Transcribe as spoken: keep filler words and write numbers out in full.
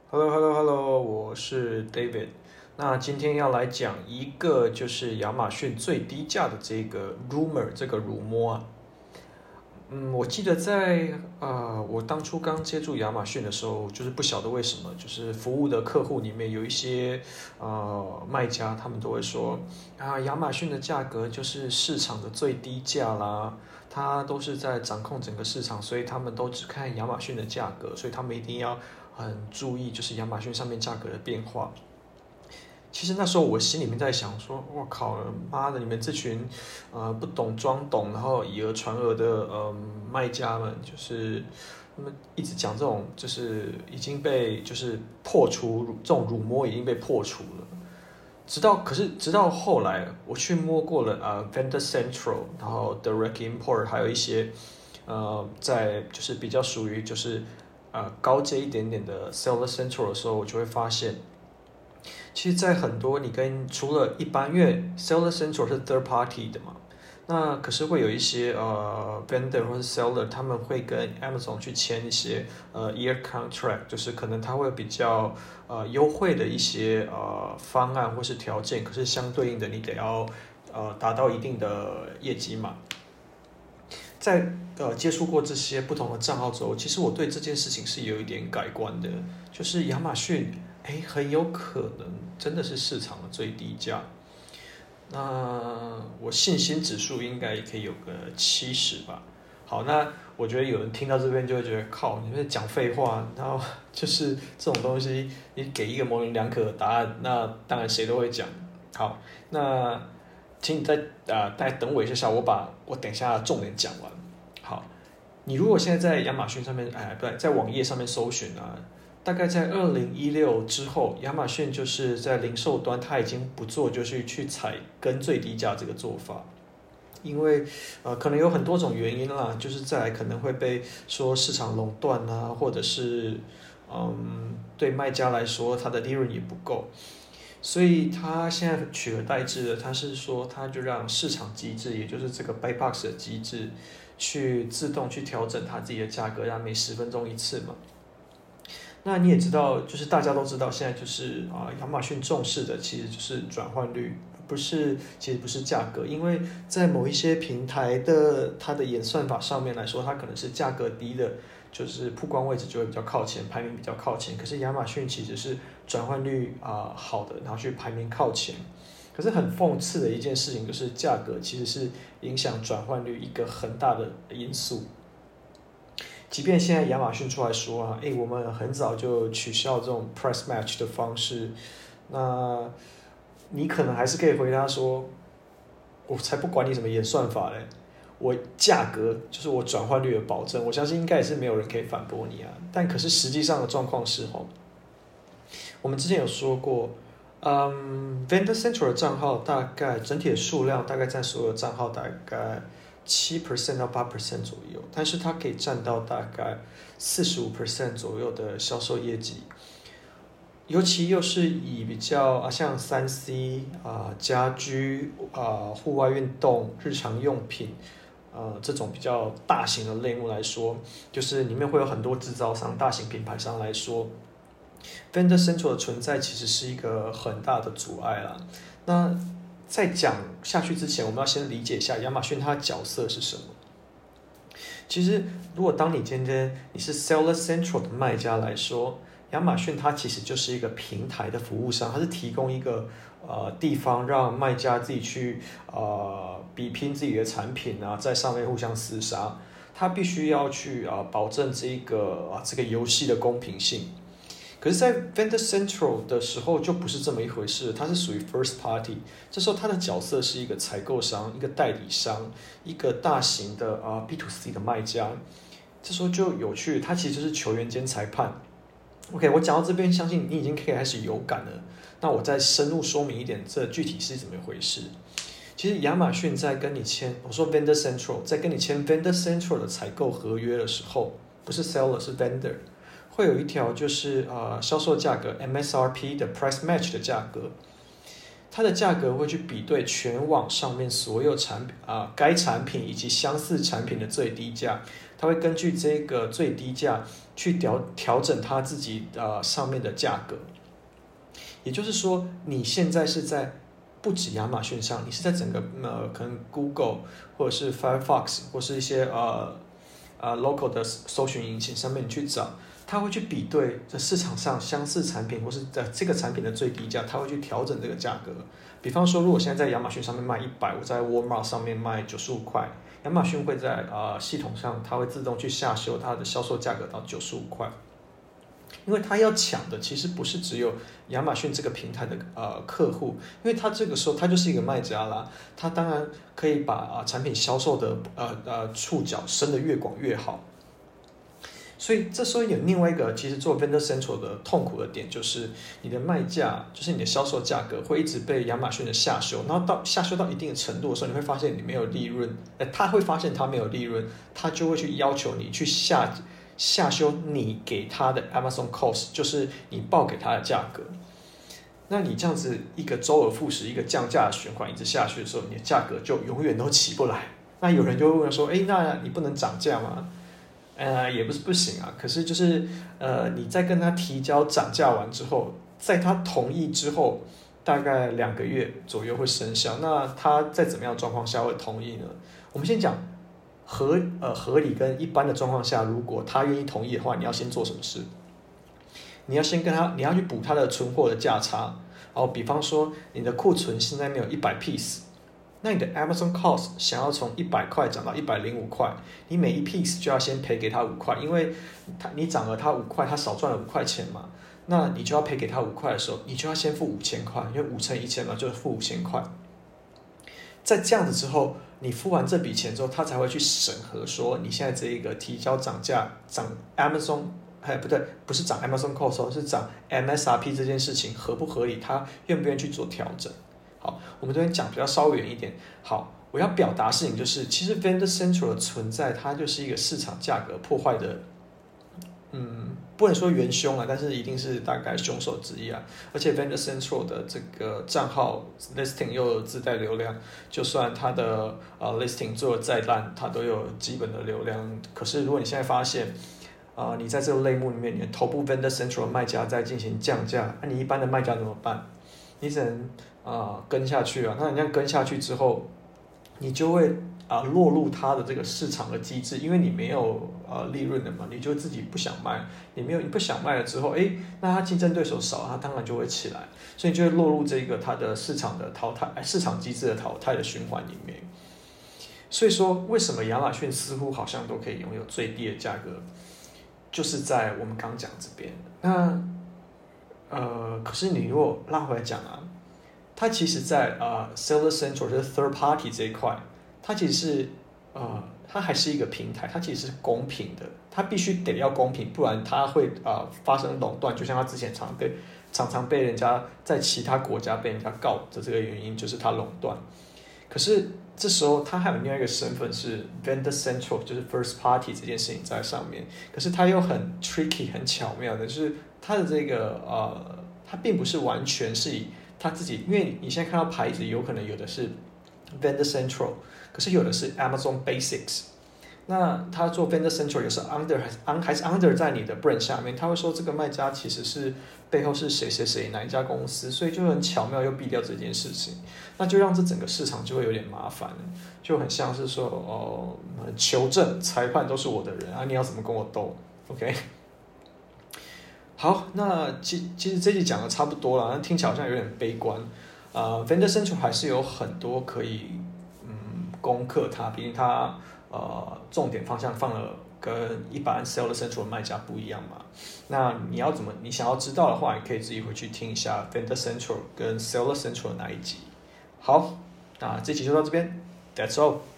Hello Hello Hello，我是 David。那今天要来讲一个就是亚马逊最低价的这个 rumor，这个rumor啊。嗯，我记得在呃，我当初刚接触亚马逊的时候，就是不晓得为什么，就是服务的客户里面有一些呃卖家，他们都会说啊，亚马逊的价格就是市场的最低价啦，它都是在掌控整个市场，所以他们都只看亚马逊的价格，所以他们一定要很注意，就是亚马逊上面价格的变化。其实那时候我心里面在想说，我靠，妈的，你们这群呃不懂装懂，然后以讹传讹的呃卖家们，就是他们一直讲这种，就是已经被就是破除这种辱没已经被破除了。直到可是直到后来，我去摸过了呃 Vendor Central，然后 Direct Import，还有一些呃在就是比较属于就是呃高阶一点点的 Seller Central 的时候，我就会发现。其实，在很多你跟除了一般，因为 Seller Central 是 third party 的嘛，那可是会有一些呃 vendor 或者 seller，他们会跟 Amazon 去签一些呃 year contract，就是可能他会比较呃优惠的一些呃方案或是条件，可是相对应的你得要呃达到一定的业绩嘛。在呃接触过这些不同的账号之后，其实我对这件事情是有一点改观的，就是亚马逊，哎，很有可能真的是市场的最低价。那我信心指数应该也可以有个七十吧。好，那我觉得有人听到这边就会觉得，靠，你们在讲废话，然后就是这种东西，你给一个模棱两可的答案，那当然谁都会讲。好，那请你再啊，大、呃、等我一下下，我把我等一下重点讲完。好，你如果现在在亚马逊上面，哎，不对，在网页上面搜寻啊，大概在二零一六之后，亚马逊就是在零售端，它已经不做就是去采跟最低价这个做法，因为呃可能有很多种原因啦，就是再来可能会被说市场垄断啊，或者是嗯对卖家来说，它的利润也不够。所以他现在取而代之的，他是说，他就让市场机制，也就是这个 buy box 的机制，去自动去调整它自己的价格，让每十分钟一次嘛。那你也知道，就是大家都知道，现在就是啊，亚马逊重视的其实就是转换率，不是其实不是价格，因为在某一些平台的它的演算法上面来说，它可能是价格低的。就是曝光位置就会比较靠前，排名比较靠前。可是亚马逊其实是转换率啊、呃、好的，然后去排名靠前。可是很讽刺的一件事情就是，价格其实是影响转换率一个很大的因素。即便现在亚马逊出来说啊，哎，我们很早就取消这种 price match 的方式，那你可能还是可以回答说，我才不管你什么演算法嘞。我价格就是我转换率的保证，我相信应该也是没有人可以反驳你啊。但可是实际上的状况是吼，我们之前有说过，嗯 ，Vendor Central 的账号大概整体的数量大概占所有账号大概七 percent 到八 percent 左右，但是它可以占到大概四十五 percent 左右的销售业绩。尤其又是以比较啊像三 C 啊家居啊户外运动日常用品。呃，这种比较大型的类目来说，就是里面会有很多制造商、大型品牌商来说 ，Vendor Central 的存在其实是一个很大的阻碍啦。那在讲下去之前，我们要先理解一下亚马逊它的角色是什么。其实，如果当你今天你是 Seller Central 的卖家来说，亚马逊它其实就是一个平台的服务商，它是提供一个呃地方让卖家自己去呃比拼自己的产品啊，在上面互相厮杀，它必须要去啊、呃、保证这个啊这个游戏的公平性。可是，在 Vendor Central 的时候就不是这么一回事，它是属于 First Party， 这时候它的角色是一个采购商、一个代理商、一个大型的啊、呃、B to C 的卖家，这时候就有趣，它其实就是球员兼裁判。OK， 我讲到这边，相信你已经可以开始有感了。那我再深入说明一点，这具体是怎么一回事？其实亚马逊在跟你签，我说 Vendor Central 在跟你签 Vendor Central 的采购合约的时候，不是 Seller 是 Vendor， 会有一条就是呃销售价格 M S R P 的 Price Match 的价格，它的价格会去比对全网上面所有产品啊、呃、该产品以及相似产品的最低价， 它会根据这个最低价去调调整它自己呃上面的价格。也就是说，你现在是在不止亚马逊上，你是在整个呃可能 Google 或者是 Firefox 或是一些呃呃 local 的搜寻引擎上面你去找。他会去比对这市场上相似产品，或是在这个产品的最低价，他会去调整这个价格。比方说，如果现在在亚马逊上面卖一百，我在 Walmart 上面卖九十五块，亚马逊会在呃系统上，它会自动去下修它的销售价格到九十五块。因为他要抢的其实不是只有亚马逊这个平台的呃客户，因为他这个时候他就是一个卖家啦，他当然可以把啊、呃、产品销售的呃呃触角伸得越广越好。所以这时候有另外一个，其实做 Vendor Central 的痛苦的点，就是你的卖价，就是你的销售价格会一直被亚马逊的下修，然后到下修到一定的程度的时候，你会发现你没有利润，呃，他会发现他没有利润，他就会去要求你去下下修你给他的 Amazon Cost， 就是你报给他的价格。那你这样子一个周而复始，一个降价的循环一直下去的时候，你的价格就永远都起不来。那有人就会问说，哎，那你不能涨价吗？呃，也不是不行啊，可是就是呃，你在跟他提交涨价完之后，在他同意之后，大概两个月左右会生效。那他在怎么样的状况下会同意呢？我们先讲合呃合理跟一般的状况下，如果他愿意同意的话，你要先做什么事？你要先跟他，你要去补他的存货的价差。哦，比方说你的库存现在没有一百 piece。那你的 Amazon Cost 想要从一百块涨到一百零五块，你每一 piece 就要先赔给他五块，因为他你涨了他五块，他少赚了五块钱嘛，那你就要赔给他五块的时候，你就要先付五千块，因为五乘一千嘛，就是付五千块。在这样子之后，你付完这笔钱之后，他才会去审核说你现在这一个提交涨价涨 Amazon， 哎不对，不是涨 Amazon Cost， 是涨 M S R P 这件事情合不合理，他愿不愿意去做调整。好，我们这边讲比较稍微远一点。好，我要表达的事情就是，其实 Vendor Central 的存在，它就是一个市场价格破坏的，嗯，不能说元凶啊，但是一定是大概凶手之一啊。而且 Vendor Central 的这个账号 listing 又有自带流量，就算它的呃 listing 做的再烂，它都有基本的流量。可是如果你现在发现，啊、呃，你在这个类目里面，你的头部 Vendor Central 卖家在进行降价，那、啊、你一般的卖家怎么办？你只能啊、呃、跟下去啊，那你这样跟下去之后，你就会啊、呃、落入它的这个市场的机制，因为你没有呃利润的嘛，你就自己不想卖，你没有你不想卖了之后，哎，那它竞争对手少，它当然就会起来，所以你就会落入这个它的市场的淘汰、市场机制的淘汰的循环里面。所以说，为什么亚马逊似乎好像都可以拥有最低的价格，就是在我们刚讲这边。那呃，可是你如果拉回来讲啊，它其实在呃 Seller Central 就是 Third Party 这一块，它其实是呃它还是一个平台，它其实是公平的，它必须得要公平，不然它会呃发生垄断，就像它之前常被常常被人家在其他国家被人家告的这个原因，就是它垄断。可是这时候它还有另外一个身份是 Vendor Central， 就是 First Party 这件事情在上面，可是它又很 tricky 很巧妙的，就是它的这个呃，它并不是完全是以它自己，因为你现在看到牌子，有可能有的是 Vendor Central， 可是有的是 Amazon Basics。那他做 Vendor Central 也是 under 还是 under 在你的 brand 下面，他会说这个卖家其实是背后是谁谁谁哪一家公司，所以就很巧妙又避掉这件事情，那就让这整个市场就会有点麻烦，就很像是说哦，求证裁判都是我的人啊，你要怎么跟我斗 ？OK。好，那其其实这集讲的差不多了，那听起来好像有点悲观。呃 ，Vendor Central 还是有很多可以嗯攻克它，毕竟它呃重点方向放了跟一般 Seller Central 的卖家不一样嘛。那你要怎么，你想要知道的话，你可以自己回去听一下 Vendor Central 跟 Seller Central 的那一集。好，那这集就到这边 ，That's all。